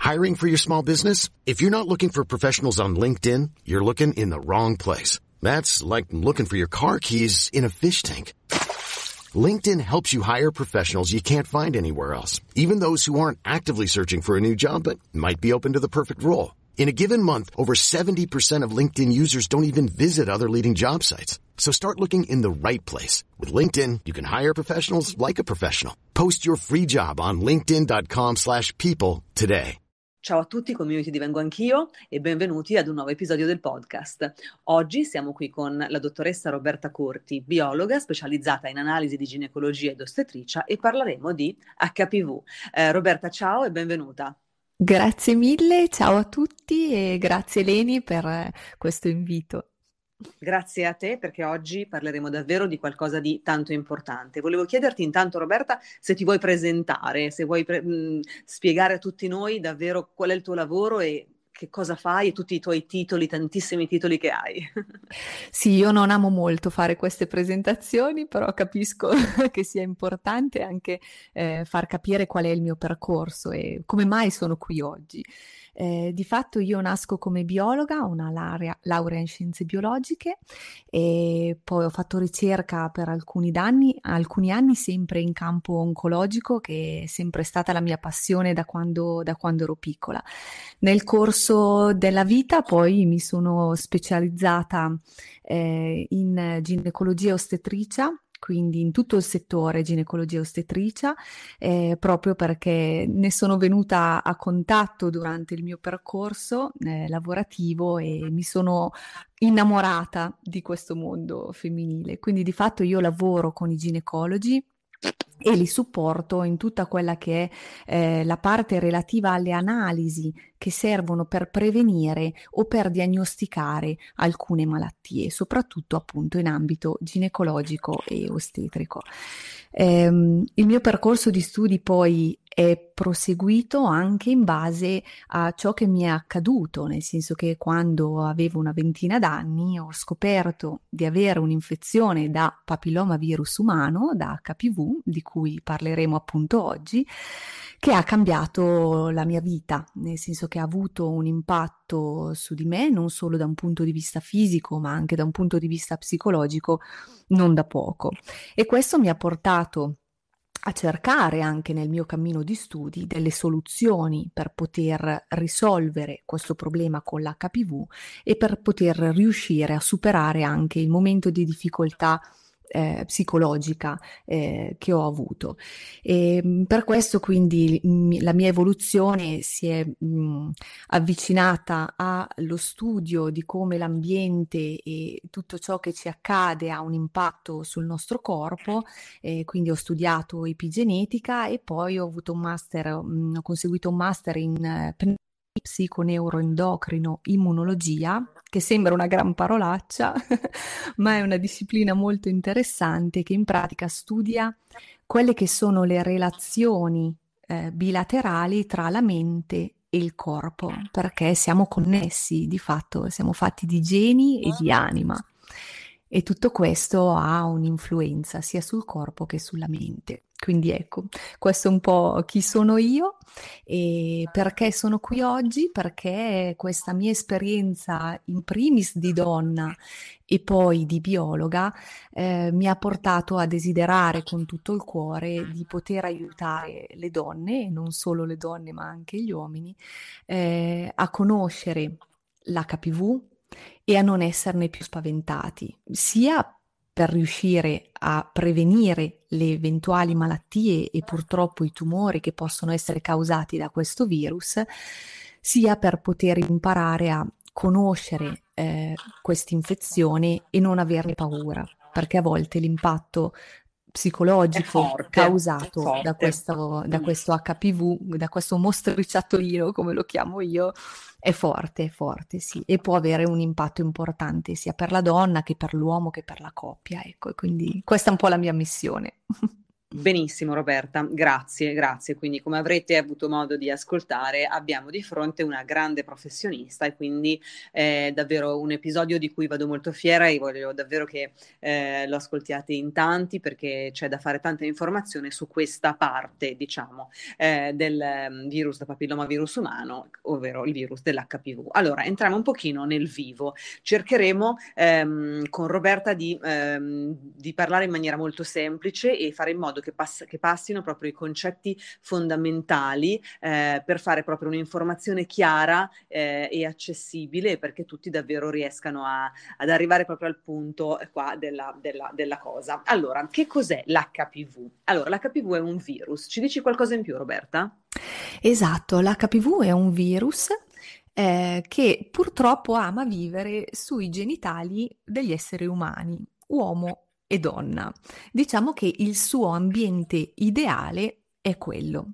Hiring for your small business? If you're not looking for professionals on LinkedIn, you're looking in the wrong place. That's like looking for your car keys in a fish tank. LinkedIn helps you hire professionals you can't find anywhere else, even those who aren't actively searching for a new job but might be open to the perfect role. In a given month, over 70% of LinkedIn users don't even visit other leading job sites. So start looking in the right place. With LinkedIn, you can hire professionals like a professional. Post your free job on linkedin.com/people today. Ciao a tutti, Community Divengo Anch'io e benvenuti ad un nuovo episodio del podcast. Oggi siamo qui con la dottoressa Roberta Corti, biologa specializzata in analisi di ginecologia ed ostetricia, e parleremo di HPV. Roberta, ciao e benvenuta. Grazie mille, ciao a tutti e grazie Leni per questo invito. Grazie a te, perché oggi parleremo davvero di qualcosa di tanto importante. Volevo chiederti intanto, Roberta, se ti vuoi presentare, se vuoi spiegare a tutti noi davvero qual è il tuo lavoro e che cosa fai e tutti i tuoi titoli, tantissimi titoli che hai. Sì, io non amo molto fare queste presentazioni, però capisco che sia importante anche far capire qual è il mio percorso e come mai sono qui oggi. Di fatto io nasco come biologa, ho una laurea in scienze biologiche e poi ho fatto ricerca per alcuni anni sempre in campo oncologico, che è sempre stata la mia passione da quando ero piccola. Nel corso della vita poi mi sono specializzata in ginecologia e ostetricia, quindi in tutto il settore ginecologia e ostetricia, proprio perché ne sono venuta a contatto durante il mio percorso lavorativo e mi sono innamorata di questo mondo femminile. Quindi di fatto io lavoro con i ginecologi e li supporto in tutta quella che è la parte relativa alle analisi che servono per prevenire o per diagnosticare alcune malattie, soprattutto appunto in ambito ginecologico e ostetrico. Il mio percorso di studi poi è proseguito anche in base a ciò che mi è accaduto, nel senso che quando avevo una ventina d'anni ho scoperto di avere un'infezione da papillomavirus umano, da HPV, di cui parleremo appunto oggi, che ha cambiato la mia vita, nel senso che ha avuto un impatto su di me, non solo da un punto di vista fisico, ma anche da un punto di vista psicologico, non da poco. E questo mi ha portato a cercare anche nel mio cammino di studi delle soluzioni per poter risolvere questo problema con l'HPV e per poter riuscire a superare anche il momento di difficoltà psicologica che ho avuto. E per questo quindi la mia evoluzione si è avvicinata allo studio di come l'ambiente e tutto ciò che ci accade ha un impatto sul nostro corpo, quindi ho studiato epigenetica e poi ho conseguito un master in psiconeuroendocrino immunologia, che sembra una gran parolaccia, ma è una disciplina molto interessante che in pratica studia quelle che sono le relazioni bilaterali tra la mente e il corpo, perché siamo connessi, di fatto siamo fatti di geni e di anima. E tutto questo ha un'influenza sia sul corpo che sulla mente. Quindi ecco, questo è un po' chi sono io e perché sono qui oggi, perché questa mia esperienza in primis di donna e poi di biologa mi ha portato a desiderare con tutto il cuore di poter aiutare le donne, e non solo le donne ma anche gli uomini, a conoscere l'HPV e a non esserne più spaventati, sia per riuscire a prevenire le eventuali malattie e purtroppo i tumori che possono essere causati da questo virus, sia per poter imparare a conoscere questa infezione e non averne paura, perché a volte l'impatto psicologico causato da questo HPV, da questo mostriciattolino, come lo chiamo io, è forte, sì, e può avere un impatto importante sia per la donna che per l'uomo che per la coppia, ecco, e quindi questa è un po' la mia missione. Benissimo Roberta, grazie, grazie. Quindi come avrete avuto modo di ascoltare abbiamo di fronte una grande professionista e quindi è davvero un episodio di cui vado molto fiera e voglio davvero che lo ascoltiate in tanti perché c'è da fare tanta informazione su questa parte, diciamo, del virus da papillomavirus umano, ovvero il virus dell'HPV. Allora, entriamo un pochino nel vivo. Cercheremo con Roberta di parlare in maniera molto semplice e fare in modo che passino proprio i concetti fondamentali per fare proprio un'informazione chiara e accessibile perché tutti davvero riescano ad arrivare proprio al punto qua della cosa. Allora, che cos'è l'HPV? Allora, l'HPV è un virus. Ci dici qualcosa in più, Roberta? Esatto, l'HPV è un virus che purtroppo ama vivere sui genitali degli esseri umani, uomo e donna. Diciamo che il suo ambiente ideale è quello.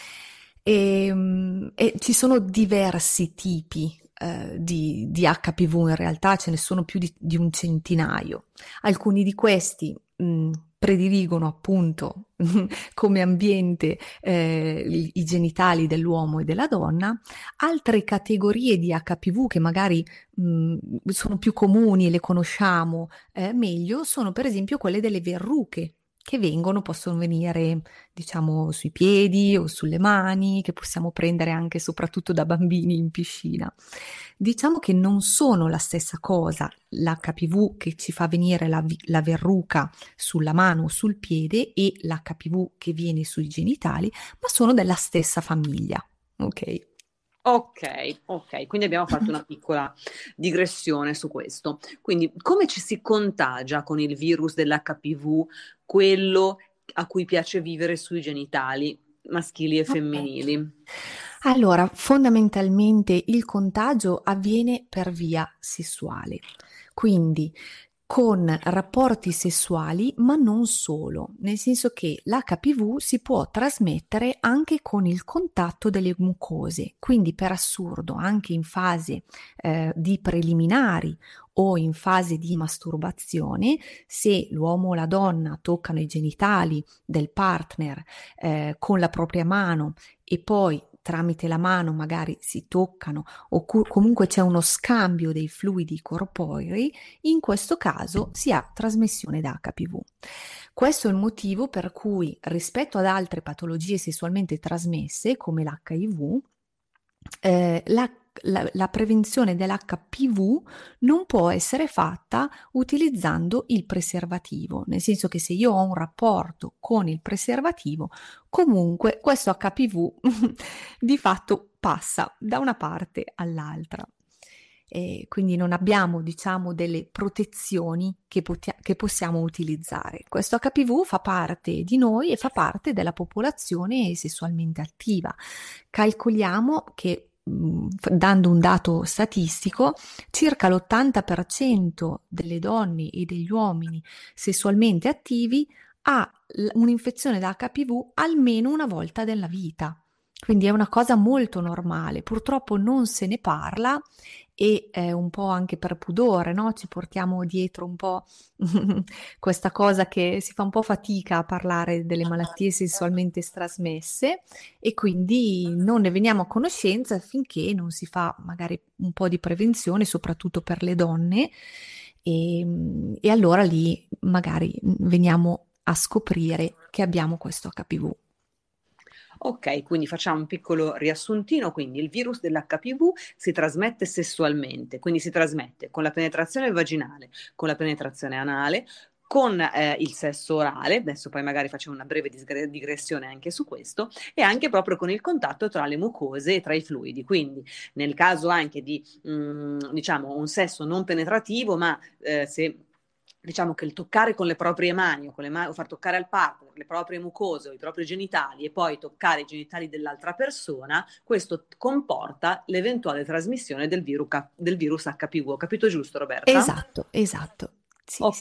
E ci sono diversi tipi di HPV, in realtà ce ne sono più di un centinaio. Alcuni di questi prediligono appunto come ambiente i genitali dell'uomo e della donna. Altre categorie di HPV che magari sono più comuni e le conosciamo meglio sono per esempio quelle delle verruche che possono venire diciamo sui piedi o sulle mani, che possiamo prendere anche e soprattutto da bambini in piscina. Diciamo che non sono la stessa cosa l'HPV che ci fa venire la verruca sulla mano o sul piede e l'HPV che viene sui genitali, ma sono della stessa famiglia, ok? Ok, quindi abbiamo fatto una piccola digressione su questo. Quindi, come ci si contagia con il virus dell'HPV, quello a cui piace vivere sui genitali maschili e femminili? Allora, fondamentalmente il contagio avviene per via sessuale, quindi con rapporti sessuali, ma non solo, nel senso che l'HPV si può trasmettere anche con il contatto delle mucose, quindi per assurdo anche in fase di preliminari o in fase di masturbazione, se l'uomo o la donna toccano i genitali del partner con la propria mano e poi tramite la mano magari si toccano o comunque c'è uno scambio dei fluidi corporei, in questo caso si ha trasmissione da HPV. Questo è il motivo per cui rispetto ad altre patologie sessualmente trasmesse come l'HIV, la prevenzione dell'HPV non può essere fatta utilizzando il preservativo, nel senso che se io ho un rapporto con il preservativo, comunque questo HPV di fatto passa da una parte all'altra. Quindi non abbiamo, diciamo, delle protezioni che possiamo utilizzare. Questo HPV fa parte di noi e fa parte della popolazione sessualmente attiva. Calcoliamo che dando un dato statistico, circa l'80% delle donne e degli uomini sessualmente attivi ha un'infezione da HPV almeno una volta nella vita. Quindi è una cosa molto normale, purtroppo non se ne parla e un po' anche per pudore, no? Ci portiamo dietro un po' questa cosa che si fa un po' fatica a parlare delle malattie sessualmente trasmesse e quindi non ne veniamo a conoscenza finché non si fa magari un po' di prevenzione, soprattutto per le donne e allora lì magari veniamo a scoprire che abbiamo questo HPV. Ok, quindi facciamo un piccolo riassuntino. Quindi il virus dell'HPV si trasmette sessualmente, quindi si trasmette con la penetrazione vaginale, con la penetrazione anale, con il sesso orale, adesso poi magari facciamo una breve digressione anche su questo, e anche proprio con il contatto tra le mucose e tra i fluidi. Quindi nel caso anche di diciamo un sesso non penetrativo, ma se diciamo che il toccare con le proprie mani o, o far toccare al partner le proprie mucose o i propri genitali e poi toccare i genitali dell'altra persona, questo comporta l'eventuale trasmissione del virus HPV. Ho capito giusto, Roberta? Esatto, sì, Ok, sì.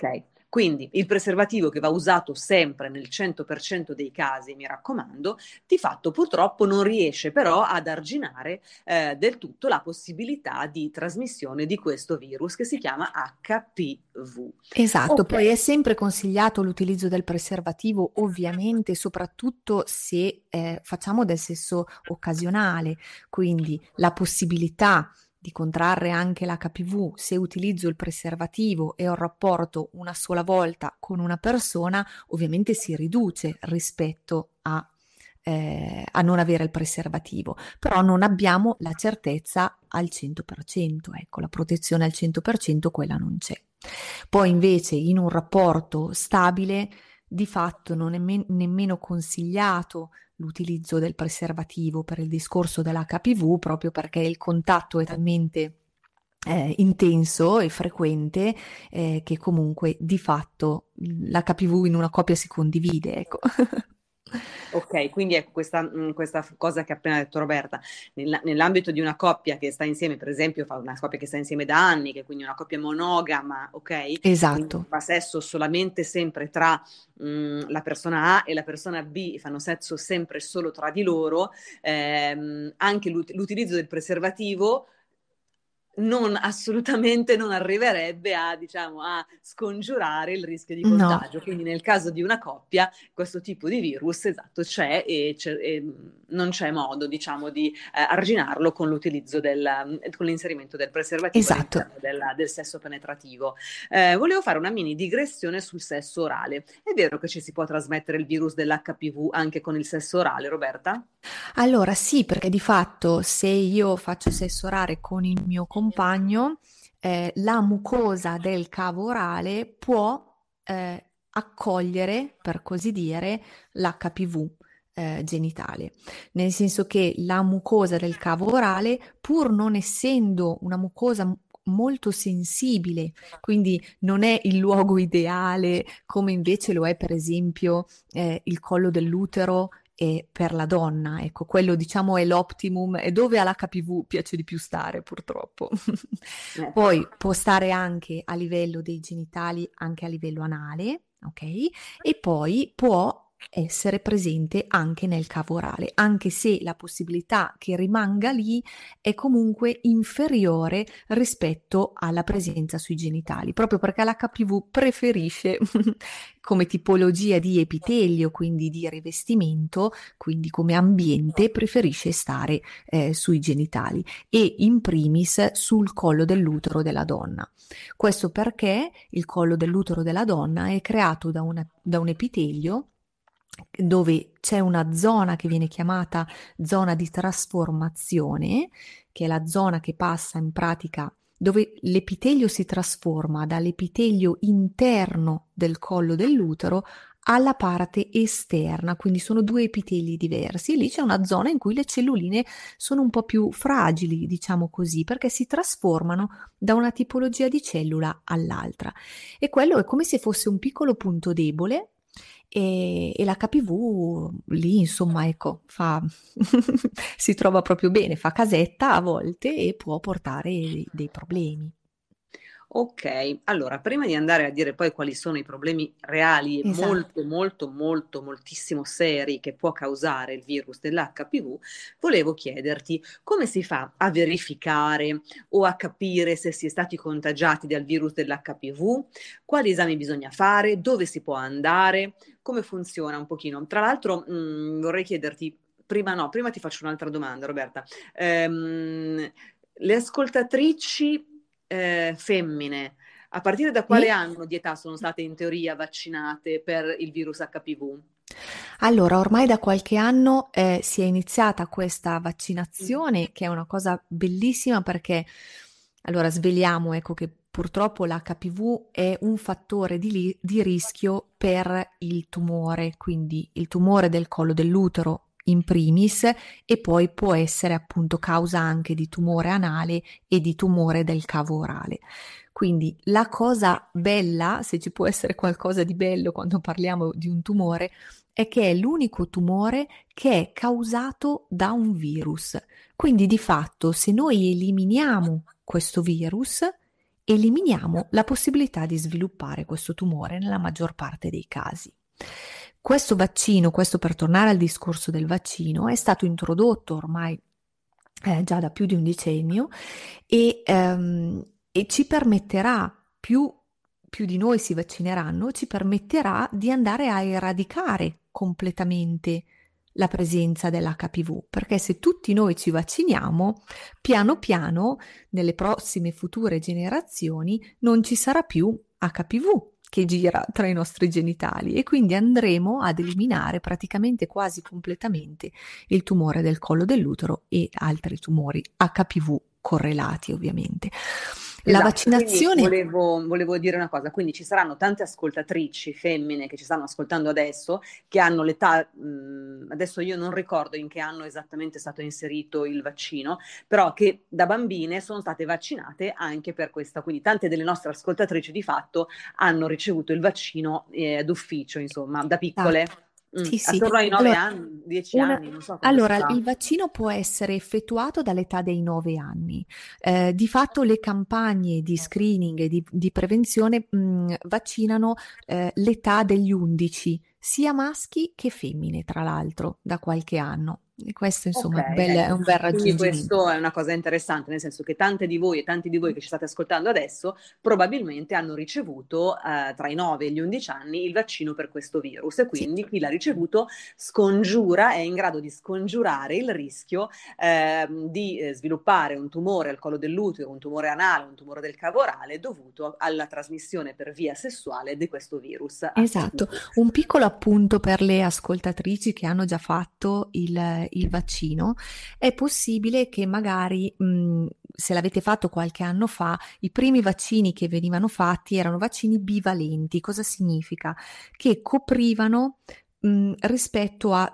Quindi il preservativo, che va usato sempre nel 100% dei casi, mi raccomando, di fatto purtroppo non riesce però ad arginare del tutto la possibilità di trasmissione di questo virus che si chiama HPV. Esatto, Ok. poi è sempre consigliato l'utilizzo del preservativo, ovviamente, soprattutto se facciamo del sesso occasionale, quindi la possibilità di contrarre anche l'HPV se utilizzo il preservativo e ho un rapporto una sola volta con una persona, ovviamente si riduce rispetto a non avere il preservativo, però non abbiamo la certezza al 100%, ecco, la protezione al 100% quella non c'è. Poi invece in un rapporto stabile di fatto non è nemmeno consigliato l'utilizzo del preservativo per il discorso dell'HPV, proprio perché il contatto è talmente intenso e frequente che comunque di fatto l'HPV in una coppia si condivide, ecco. Ok, quindi ecco questa cosa che ha appena detto Roberta, nell'ambito di una coppia che sta insieme, per esempio, fa una coppia che sta insieme da anni, che è quindi una coppia monogama, ok? Quindi Esatto. fa sesso solamente sempre tra la persona A e la persona B, fanno sesso sempre e solo tra di loro, anche l'utilizzo del preservativo assolutamente non arriverebbe a, diciamo, a scongiurare il rischio di No. contagio. Quindi nel caso di una coppia questo tipo di virus, esatto, c'è e non c'è modo, diciamo, di arginarlo con con l'inserimento del preservativo Esatto. all'interno del sesso penetrativo. Volevo fare una mini digressione sul sesso orale. È vero che ci si può trasmettere il virus dell'HPV anche con il sesso orale, Roberta? Allora sì, perché di fatto se io faccio sesso orale con il mio compagno, la mucosa del cavo orale può accogliere, per così dire, l'HPV genitale. Nel senso che la mucosa del cavo orale, pur non essendo una mucosa molto sensibile, quindi non è il luogo ideale come invece lo è per esempio il collo dell'utero e per la donna, ecco, quello diciamo è l'optimum, è dove all'HPV piace di più stare, purtroppo. Ecco. Poi può stare anche a livello dei genitali, anche a livello anale, ok? E poi può essere presente anche nel cavo orale, anche se la possibilità che rimanga lì è comunque inferiore rispetto alla presenza sui genitali, proprio perché l'HPV preferisce come tipologia di epitelio, quindi di rivestimento, quindi come ambiente, preferisce stare sui genitali e in primis sul collo dell'utero della donna. Questo perché il collo dell'utero della donna è creato da un epitelio dove c'è una zona che viene chiamata zona di trasformazione, che è la zona che passa in pratica dove l'epitelio si trasforma dall'epitelio interno del collo dell'utero alla parte esterna, quindi sono due epiteli diversi e lì c'è una zona in cui le celluline sono un po' più fragili, diciamo così, perché si trasformano da una tipologia di cellula all'altra e quello è come se fosse un piccolo punto debole e l'HPV lì, insomma, ecco, si trova proprio bene, fa casetta a volte e può portare dei problemi. Ok, allora prima di andare a dire poi quali sono i problemi reali e Esatto. moltissimo seri che può causare il virus dell'HPV, volevo chiederti come si fa a verificare o a capire se si è stati contagiati dal virus dell'HPV, quali esami bisogna fare, dove si può andare, come funziona un pochino. Tra l'altro, vorrei chiederti, prima ti faccio un'altra domanda, Roberta. Le ascoltatrici femmine, a partire da quale Sì? anno di età sono state in teoria vaccinate per il virus HPV? Allora, ormai da qualche anno si è iniziata questa vaccinazione, che è una cosa bellissima perché, allora, sveliamo, ecco, che purtroppo l'HPV è un fattore di rischio per il tumore, quindi il tumore del collo dell'utero in primis e poi può essere appunto causa anche di tumore anale e di tumore del cavo orale. Quindi la cosa bella, se ci può essere qualcosa di bello quando parliamo di un tumore, è che è l'unico tumore che è causato da un virus. Quindi di fatto se noi eliminiamo questo virus eliminiamo la possibilità di sviluppare questo tumore nella maggior parte dei casi. Questo vaccino, questo per tornare al discorso del vaccino, è stato introdotto ormai già da più di un decennio e ci permetterà, più di noi si vaccineranno, ci permetterà di andare a eradicare completamente la presenza dell'HPV, perché se tutti noi ci vacciniamo, piano piano, nelle prossime future generazioni, non ci sarà più HPV che gira tra i nostri genitali e quindi andremo ad eliminare praticamente quasi completamente il tumore del collo dell'utero e altri tumori HPV correlati, ovviamente. La Esatto, quindi vaccinazione. volevo dire una cosa, quindi ci saranno tante ascoltatrici femmine che ci stanno ascoltando adesso, che hanno l'età, adesso io non ricordo in che anno esattamente è stato inserito il vaccino, però che da bambine sono state vaccinate anche per questa, quindi tante delle nostre ascoltatrici di fatto hanno ricevuto il vaccino d'ufficio, insomma, da piccole. Esatto. Sì, sì. Attorno ai 9 Allora, anni, 10 anni, non so quando si allora, fa. il vaccino può essere effettuato dall'età dei 9 anni. Di fatto le campagne di screening e di prevenzione vaccinano l'età degli 11, sia maschi che femmine, tra l'altro, da qualche anno. E questo, Ok, insomma, è ecco. un bel Quindi raggiungimento. questo è una cosa interessante, nel senso che tante di voi e tanti di voi che ci state ascoltando adesso probabilmente hanno ricevuto tra i 9 e gli 11 anni il vaccino per questo virus e Sì, quindi chi l'ha ricevuto scongiura, è in grado di scongiurare il rischio di sviluppare un tumore al collo dell'utero, un tumore anale, un tumore del cavo orale dovuto alla trasmissione per via sessuale di questo virus esatto. HPV. Un piccolo appunto per le ascoltatrici che hanno già fatto il vaccino. È possibile che magari, se l'avete fatto qualche anno fa, i primi vaccini che venivano fatti erano vaccini bivalenti. Cosa significa? Che coprivano, rispetto a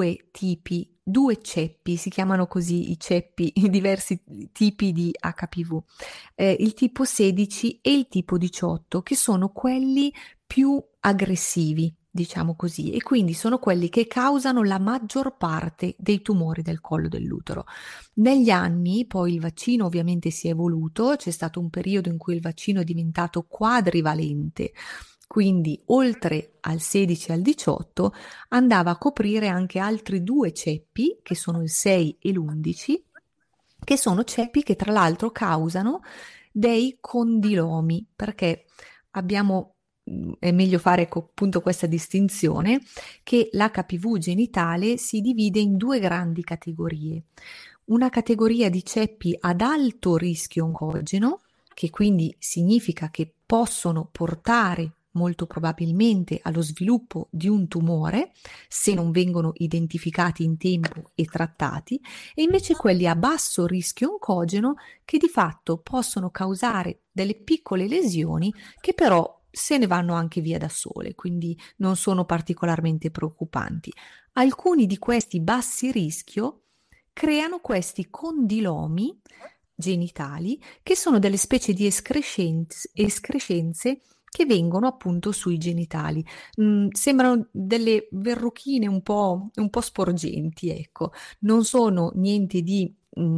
due ceppi, si chiamano così i ceppi, i diversi tipi di HPV, il tipo 16 e il tipo 18, che sono quelli più aggressivi, diciamo così, e quindi sono quelli che causano la maggior parte dei tumori del collo dell'utero. Negli anni poi il vaccino ovviamente si è evoluto, c'è stato un periodo in cui il vaccino è diventato quadrivalente, quindi oltre al 16 e al 18 andava a coprire anche altri due ceppi, che sono il 6 e l'11, che sono ceppi che tra l'altro causano dei condilomi, perché abbiamo, è meglio fare appunto questa distinzione, che l'HPV genitale si divide in due grandi categorie. Una categoria di ceppi ad alto rischio oncogeno, che quindi significa che possono portare molto probabilmente allo sviluppo di un tumore se non vengono identificati in tempo e trattati, e invece quelli a basso rischio oncogeno che di fatto possono causare delle piccole lesioni che però se ne vanno anche via da sole, quindi non sono particolarmente preoccupanti. Alcuni di questi bassi rischio creano questi condilomi genitali che sono delle specie di escrescenze che vengono appunto sui genitali. Sembrano delle verruchine un po' sporgenti, ecco. Non sono niente di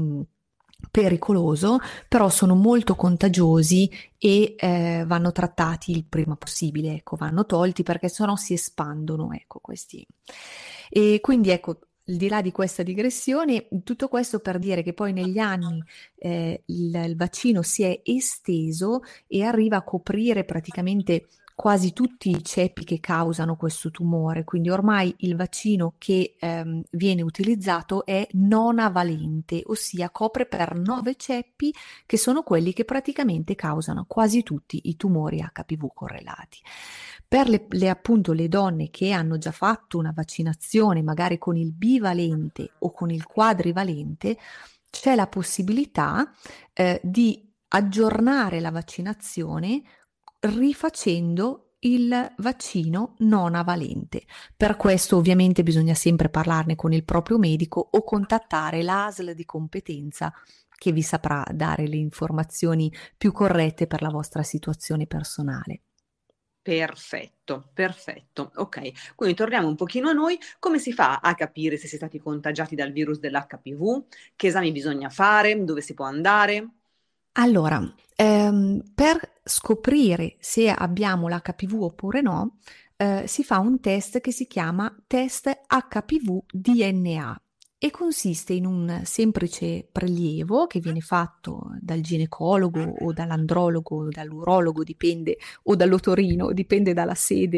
pericoloso, però sono molto contagiosi e vanno trattati il prima possibile, ecco, vanno tolti perché sennò si espandono, ecco, questi. E quindi ecco, al di là di questa digressione, tutto questo per dire che poi negli anni il vaccino si è esteso e arriva a coprire praticamente quasi tutti i ceppi che causano questo tumore, quindi ormai il vaccino che viene utilizzato è nonavalente, ossia copre per 9 ceppi che sono quelli che praticamente causano quasi tutti i tumori HPV correlati. Per appunto le donne che hanno già fatto una vaccinazione, magari con il bivalente o con il quadrivalente, c'è la possibilità di aggiornare la vaccinazione rifacendo il vaccino non avalente. Per questo ovviamente bisogna sempre parlarne con il proprio medico o contattare l'ASL di competenza che vi saprà dare le informazioni più corrette per la vostra situazione personale. Perfetto, perfetto. Ok, quindi torniamo un pochino a noi. Come si fa a capire se si è stati contagiati dal virus dell'HPV? Che esami bisogna fare? Dove si può andare? Allora, per scoprire se abbiamo l'HPV oppure no, si fa un test che si chiama test HPV-DNA e consiste in un semplice prelievo che viene fatto dal ginecologo o dall'andrologo o dall'urologo, dipende, o dall'otorino, dipende dalla sede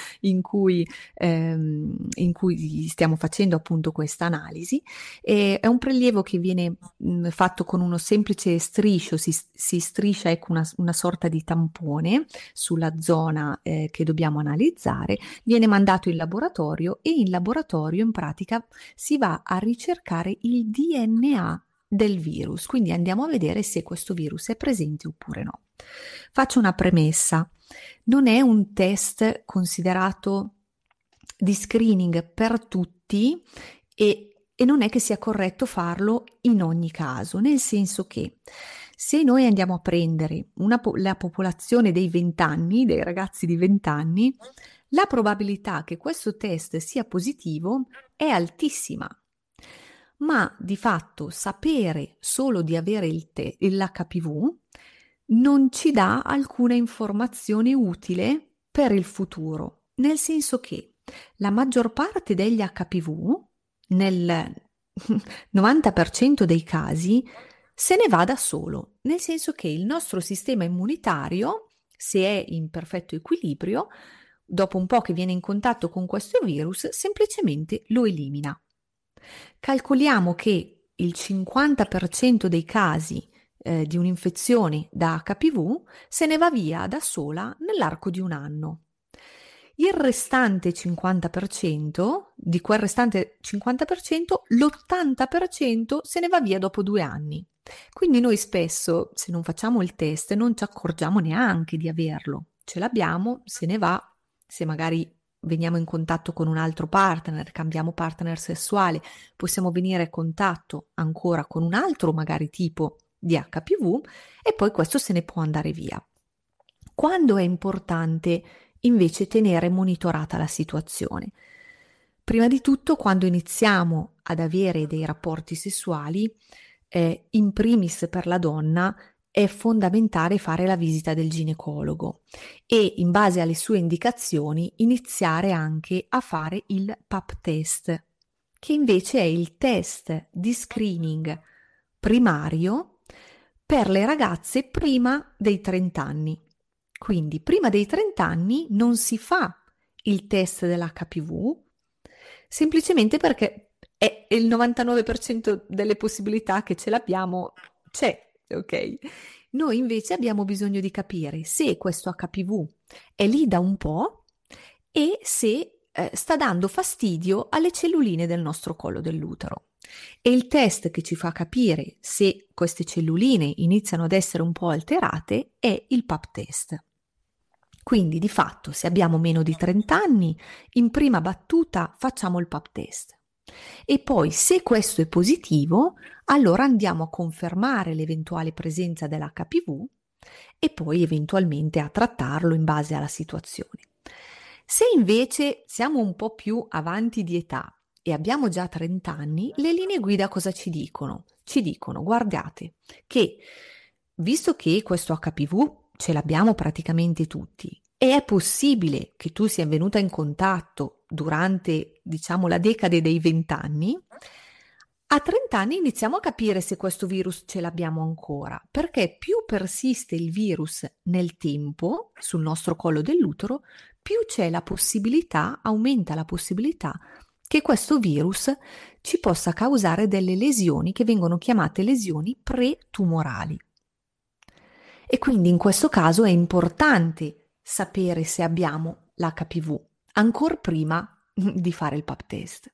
in cui stiamo facendo appunto questa analisi. È un prelievo che viene fatto con uno semplice striscio, si striscia ecco una sorta di tampone sulla zona che dobbiamo analizzare, viene mandato in laboratorio e in laboratorio in pratica si va a ricercare il DNA del virus, quindi andiamo a vedere se questo virus è presente oppure no. Faccio una premessa, non è un test considerato di screening per tutti e non è che sia corretto farlo in ogni caso, nel senso che se noi andiamo a prendere la popolazione dei 20 anni, dei ragazzi di 20 anni, la probabilità che questo test sia positivo è altissima. Ma di fatto sapere solo di avere l'HPV non ci dà alcuna informazione utile per il futuro, nel senso che la maggior parte degli HPV, nel 90% dei casi, se ne va da solo, nel senso che il nostro sistema immunitario, se è in perfetto equilibrio, dopo un po' che viene in contatto con questo virus, semplicemente lo elimina. Calcoliamo che il 50% dei casi di un'infezione da HPV se ne va via da sola nell'arco di un anno. Il restante 50%, di quel restante 50%, l'80% se ne va via dopo 2 anni. Quindi noi spesso, se non facciamo il test, non ci accorgiamo neanche di averlo. Ce l'abbiamo, se ne va, se magari veniamo in contatto con un altro partner, cambiamo partner sessuale, possiamo venire a contatto ancora con un altro magari tipo di HPV e poi questo se ne può andare via. Quando è importante invece tenere monitorata la situazione? Prima di tutto quando iniziamo ad avere dei rapporti sessuali, in primis per la donna è fondamentale fare la visita del ginecologo e in base alle sue indicazioni iniziare anche a fare il pap test, che invece è il test di screening primario per le ragazze prima dei 30 anni. Quindi prima dei 30 anni non si fa il test dell'HPV semplicemente perché è il 99% delle possibilità che ce l'abbiamo c'è, ok? Noi invece abbiamo bisogno di capire se questo HPV è lì da un po' e se sta dando fastidio alle celluline del nostro collo dell'utero. E il test che ci fa capire se queste celluline iniziano ad essere un po' alterate è il pap test. Quindi di fatto se abbiamo meno di 30 anni, in prima battuta facciamo il pap test. E poi se questo è positivo, allora andiamo a confermare l'eventuale presenza dell'HPV e poi eventualmente a trattarlo in base alla situazione. Se invece siamo un po' più avanti di età e abbiamo già 30 anni, le linee guida cosa ci dicono? Ci dicono, guardate, che visto che questo HPV ce l'abbiamo praticamente tutti e è possibile che tu sia venuta in contatto durante, diciamo, la decade dei 20 anni, a 30 anni iniziamo a capire se questo virus ce l'abbiamo ancora, perché più persiste il virus nel tempo sul nostro collo dell'utero, più c'è la possibilità, aumenta la possibilità che questo virus ci possa causare delle lesioni che vengono chiamate lesioni pretumorali. E quindi in questo caso è importante sapere se abbiamo l'HPV, ancora prima di fare il pap test.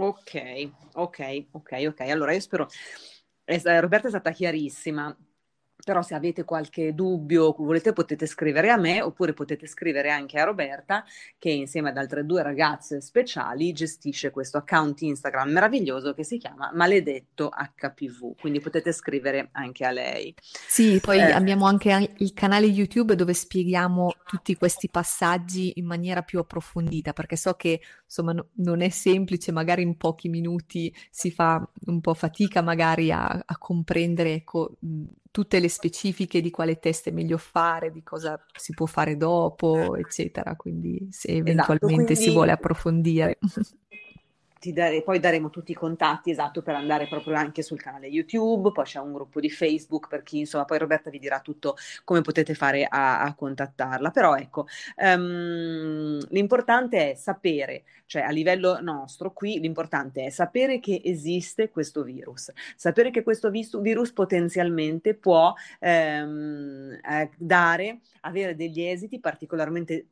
Ok. Allora io spero, Roberta è stata chiarissima. Però se avete qualche dubbio, volete, potete scrivere a me oppure potete scrivere anche a Roberta, che insieme ad altre due ragazze speciali gestisce questo account Instagram meraviglioso che si chiama Maledetto HPV. Quindi potete scrivere anche a lei. Sì, poi Eh, abbiamo anche il canale YouTube dove spieghiamo tutti questi passaggi in maniera più approfondita, perché so che insomma non è semplice, magari in pochi minuti si fa un po' fatica magari a comprendere, ecco, tutte le specifiche di quale test è meglio fare, di cosa si può fare dopo, eccetera. Quindi se esatto, eventualmente si quindi vuole approfondire. poi daremo tutti i contatti, esatto, per andare proprio anche sul canale YouTube, poi c'è un gruppo di Facebook per chi, insomma, poi Roberta vi dirà tutto come potete fare a contattarla. Però ecco, l'importante è sapere, cioè a livello nostro qui, l'importante è sapere che esiste questo virus, sapere che questo virus potenzialmente può avere degli esiti particolarmente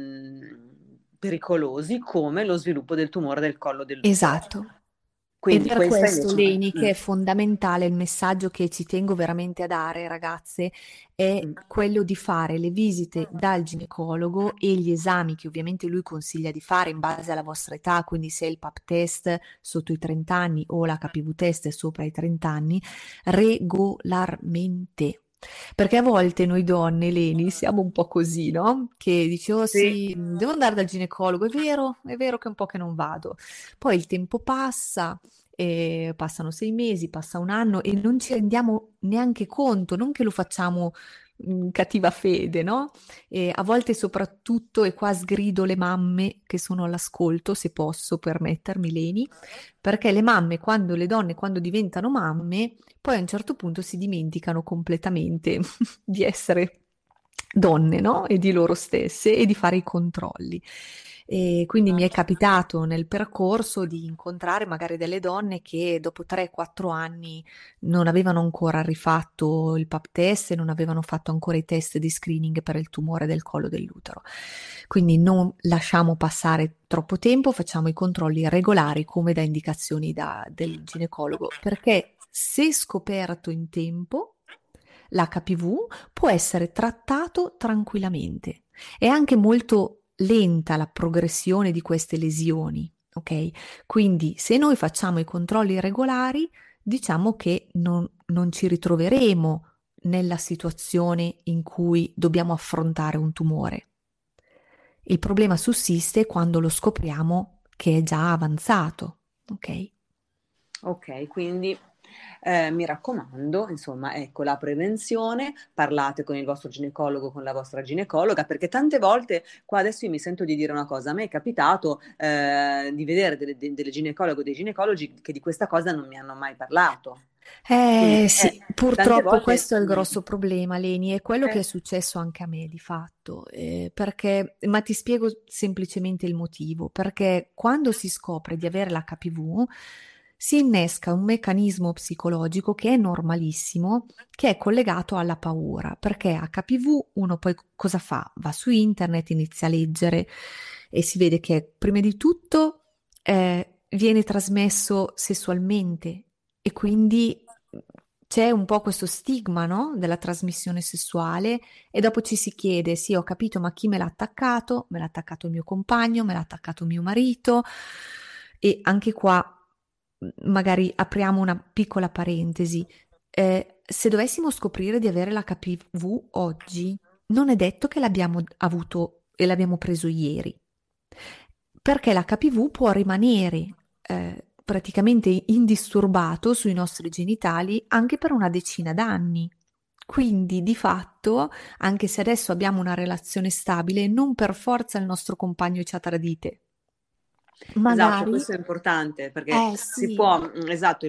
pericolosi come lo sviluppo del tumore del collo dell'utero. Esatto. Ed Quindi per questa questo, invece Leni, che è fondamentale il messaggio che ci tengo veramente a dare, ragazze, è mm, quello di fare le visite dal ginecologo e gli esami che ovviamente lui consiglia di fare in base alla vostra età, quindi se è il pap test sotto i 30 anni o l'HPV test sopra i 30 anni, regolarmente. Perché a volte noi donne, Leni, siamo un po' così, no? Che dici, oh sì, sì, devo andare dal ginecologo, è vero che è un po' che non vado. Poi il tempo passa, e passano 6 mesi, passa un anno e non ci rendiamo neanche conto, non che lo facciamo in cattiva fede, no? E a volte soprattutto, e qua sgrido le mamme che sono all'ascolto, se posso permettermi, Leni, perché le mamme, quando le donne, quando diventano mamme, poi a un certo punto si dimenticano completamente di essere donne, no? E di loro stesse e di fare i controlli. E quindi mi è capitato nel percorso di incontrare magari delle donne che dopo 3-4 anni non avevano ancora rifatto il pap test e non avevano fatto ancora i test di screening per il tumore del collo dell'utero. Quindi non lasciamo passare troppo tempo, facciamo i controlli regolari come da indicazioni del ginecologo, perché se scoperto in tempo, l'HPV può essere trattato tranquillamente. È anche molto lenta la progressione di queste lesioni, ok? Quindi se noi facciamo i controlli regolari, diciamo che non ci ritroveremo nella situazione in cui dobbiamo affrontare un tumore. Il problema sussiste quando lo scopriamo che è già avanzato, ok? ok, quindi mi raccomando, insomma, ecco la prevenzione, parlate con il vostro ginecologo, con la vostra ginecologa, perché tante volte, qua adesso io mi sento di dire una cosa, a me è capitato di vedere delle ginecologo e dei ginecologi che di questa cosa non mi hanno mai parlato. Quindi, Sì, tante purtroppo volte... questo è il grosso problema, Leni, è quello che è successo anche a me di fatto, ma ti spiego semplicemente il motivo, perché quando si scopre di avere l'HPV si innesca un meccanismo psicologico che è normalissimo, che è collegato alla paura, perché HPV uno poi cosa fa? Va su internet, inizia a leggere e si vede che prima di tutto viene trasmesso sessualmente e quindi c'è un po' questo stigma, no? Della trasmissione sessuale e dopo ci si chiede, sì, ho capito, ma chi me l'ha attaccato? Me l'ha attaccato il mio compagno, me l'ha attaccato mio marito e anche qua magari apriamo una piccola parentesi. Se dovessimo scoprire di avere l'HPV oggi, non è detto che l'abbiamo avuto e l'abbiamo preso ieri, perché l'HPV può rimanere praticamente indisturbato sui nostri genitali anche per una decina d'anni. Quindi, di fatto, anche se adesso abbiamo una relazione stabile, non per forza il nostro compagno ci ha tradite. Esatto, Magari, questo è importante perché si sì, può, esatto,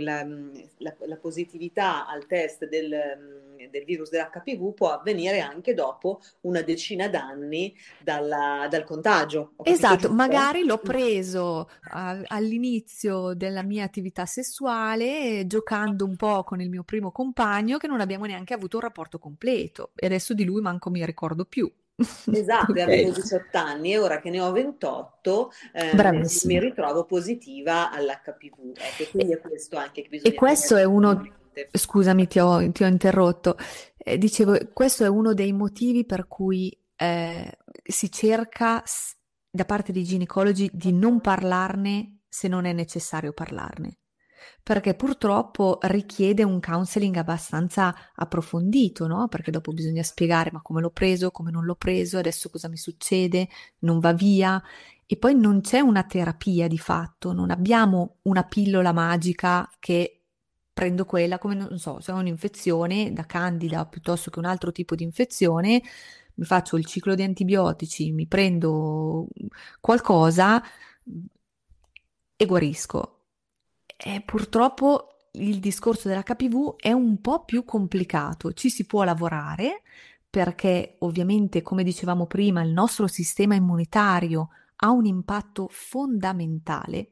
la positività al test del virus dell'HPV può avvenire anche dopo una decina d'anni dal contagio. Ho capito esatto, giusto? magari l'ho preso all'inizio della mia attività sessuale giocando un po' con il mio primo compagno che non abbiamo neanche avuto un rapporto completo e adesso di lui manco mi ricordo più. Esatto, e avevo Ok, 18 anni e ora che ne ho 28 mi bravissima. ritrovo positiva all'HPV. Ecco, quindi E, è questo anche che e bisogna questo tenere è a uno, mente. scusami, ti ho interrotto. dicevo, questo è uno dei motivi per cui si cerca da parte dei ginecologi di non parlarne se non è necessario parlarne, perché purtroppo richiede un counseling abbastanza approfondito, no? Perché dopo bisogna spiegare ma come l'ho preso, come non l'ho preso, adesso cosa mi succede, non va via. E poi non c'è una terapia di fatto, non abbiamo una pillola magica che prendo quella, come non so, se ho un'infezione da candida piuttosto che un altro tipo di infezione, mi faccio il ciclo di antibiotici, mi prendo qualcosa e guarisco. E purtroppo il discorso dell'HPV è un po' più complicato, ci si può lavorare perché ovviamente, come dicevamo prima, il nostro sistema immunitario ha un impatto fondamentale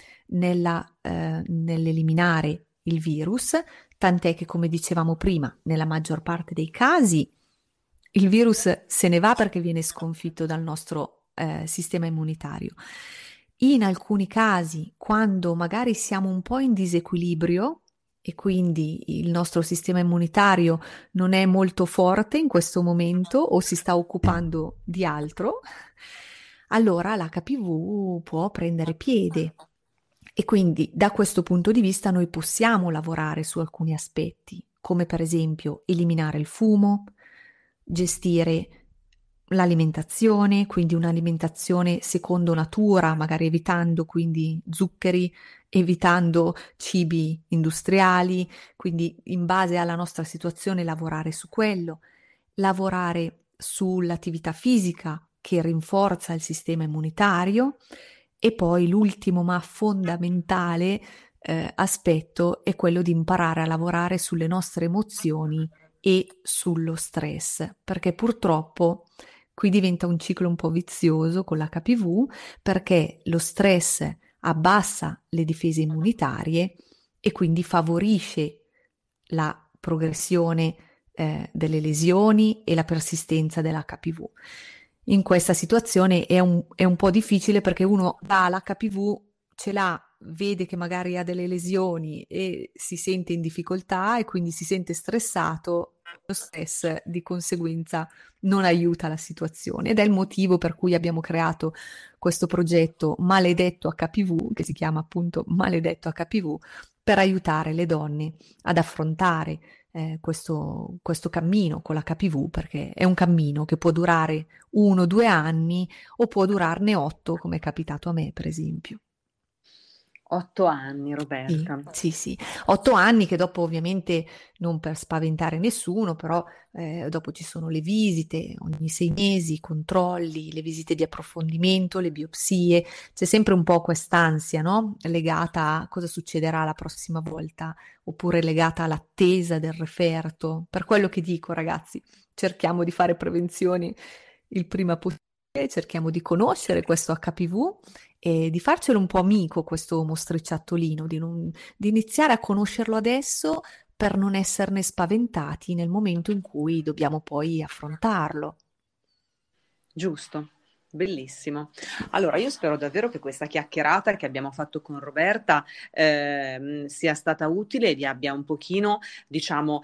nell'eliminare il virus, tant'è che, come dicevamo prima, nella maggior parte dei casi il virus se ne va perché viene sconfitto dal nostro sistema immunitario. In alcuni casi, quando magari siamo un po' in disequilibrio e quindi il nostro sistema immunitario non è molto forte in questo momento o si sta occupando di altro, allora l'HPV può prendere piede. E quindi da questo punto di vista noi possiamo lavorare su alcuni aspetti, come per esempio eliminare il fumo, gestire l'alimentazione, quindi un'alimentazione secondo natura, magari evitando quindi zuccheri, evitando cibi industriali, quindi in base alla nostra situazione lavorare su quello, lavorare sull'attività fisica che rinforza il sistema immunitario e poi l'ultimo ma fondamentale aspetto è quello di imparare a lavorare sulle nostre emozioni e sullo stress, perché purtroppo qui diventa un ciclo un po' vizioso con l'HPV, perché lo stress abbassa le difese immunitarie e quindi favorisce la progressione delle lesioni e la persistenza dell'HPV. In questa situazione è un po' difficile perché uno ha l'HPV, ce l'ha, vede che magari ha delle lesioni e si sente in difficoltà e quindi si sente stressato. Lo stress di conseguenza non aiuta la situazione ed è il motivo per cui abbiamo creato questo progetto Maledetto HPV, che si chiama appunto Maledetto HPV, per aiutare le donne ad affrontare questo cammino con l'HPV, perché è un cammino che può durare 1 o 2 anni o può durarne 8, come è capitato a me, per esempio. 8 anni, Sì, Roberta. sì, sì. 8 anni che dopo ovviamente non per spaventare nessuno, però dopo ci sono le visite ogni 6 mesi, i controlli, le visite di approfondimento, le biopsie, c'è sempre un po' quest'ansia, no? Legata a cosa succederà la prossima volta, oppure legata all'attesa del referto. Per quello che dico, ragazzi, cerchiamo di fare prevenzioni il prima possibile, cerchiamo di conoscere questo HPV e di farcelo un po' amico questo mostriciattolino, di iniziare a conoscerlo adesso per non esserne spaventati nel momento in cui dobbiamo poi affrontarlo. Giusto, bellissimo. Allora, io spero davvero che questa chiacchierata che abbiamo fatto con Roberta sia stata utile e vi abbia un pochino, diciamo,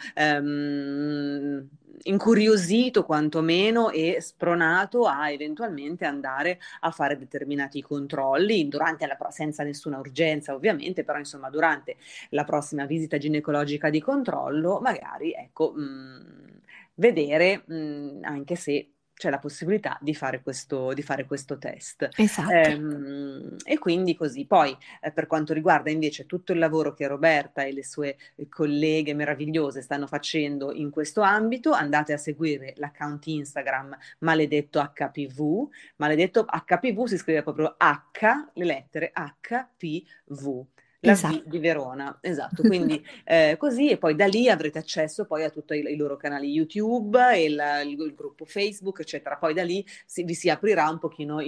incuriosito quantomeno e spronato a eventualmente andare a fare determinati controlli durante senza nessuna urgenza, ovviamente, però insomma durante la prossima visita ginecologica di controllo, magari, ecco, vedere anche se c'è la possibilità di fare questo test. Esatto. E quindi così. Poi, per quanto riguarda invece tutto il lavoro che Roberta e le sue colleghe meravigliose stanno facendo in questo ambito, andate a seguire l'account Instagram Maledetto HPV. Maledetto HPV si scrive proprio H, le lettere HPV. La V Esatto. di Verona, esatto, quindi così e poi da lì avrete accesso poi a tutti i loro canali YouTube e il gruppo Facebook, eccetera. Poi da lì vi si aprirà un pochino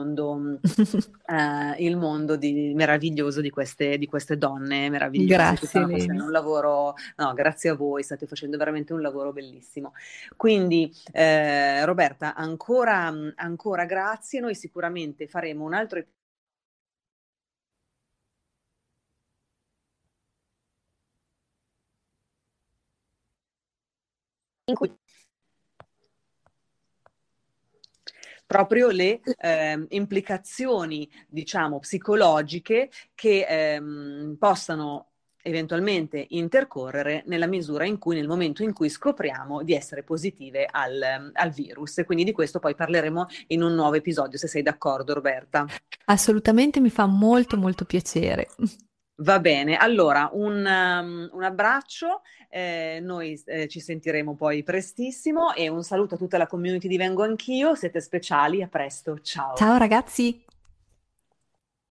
il mondo meraviglioso di queste donne meravigliose che Grazie, stanno facendo Leni. un lavoro, no, grazie a voi, state facendo veramente un lavoro bellissimo. Quindi, Roberta, ancora grazie. Noi sicuramente faremo un altro episodio in cui proprio le implicazioni, diciamo, psicologiche che possano eventualmente intercorrere nella misura in cui, nel momento in cui scopriamo di essere positive al virus. E quindi di questo poi parleremo in un nuovo episodio, se sei d'accordo, Roberta. Assolutamente, mi fa molto molto piacere. Va bene, allora un abbraccio, noi ci sentiremo poi prestissimo e un saluto a tutta la community di Vengo Anch'io, siete speciali, a presto, ciao. Ciao ragazzi!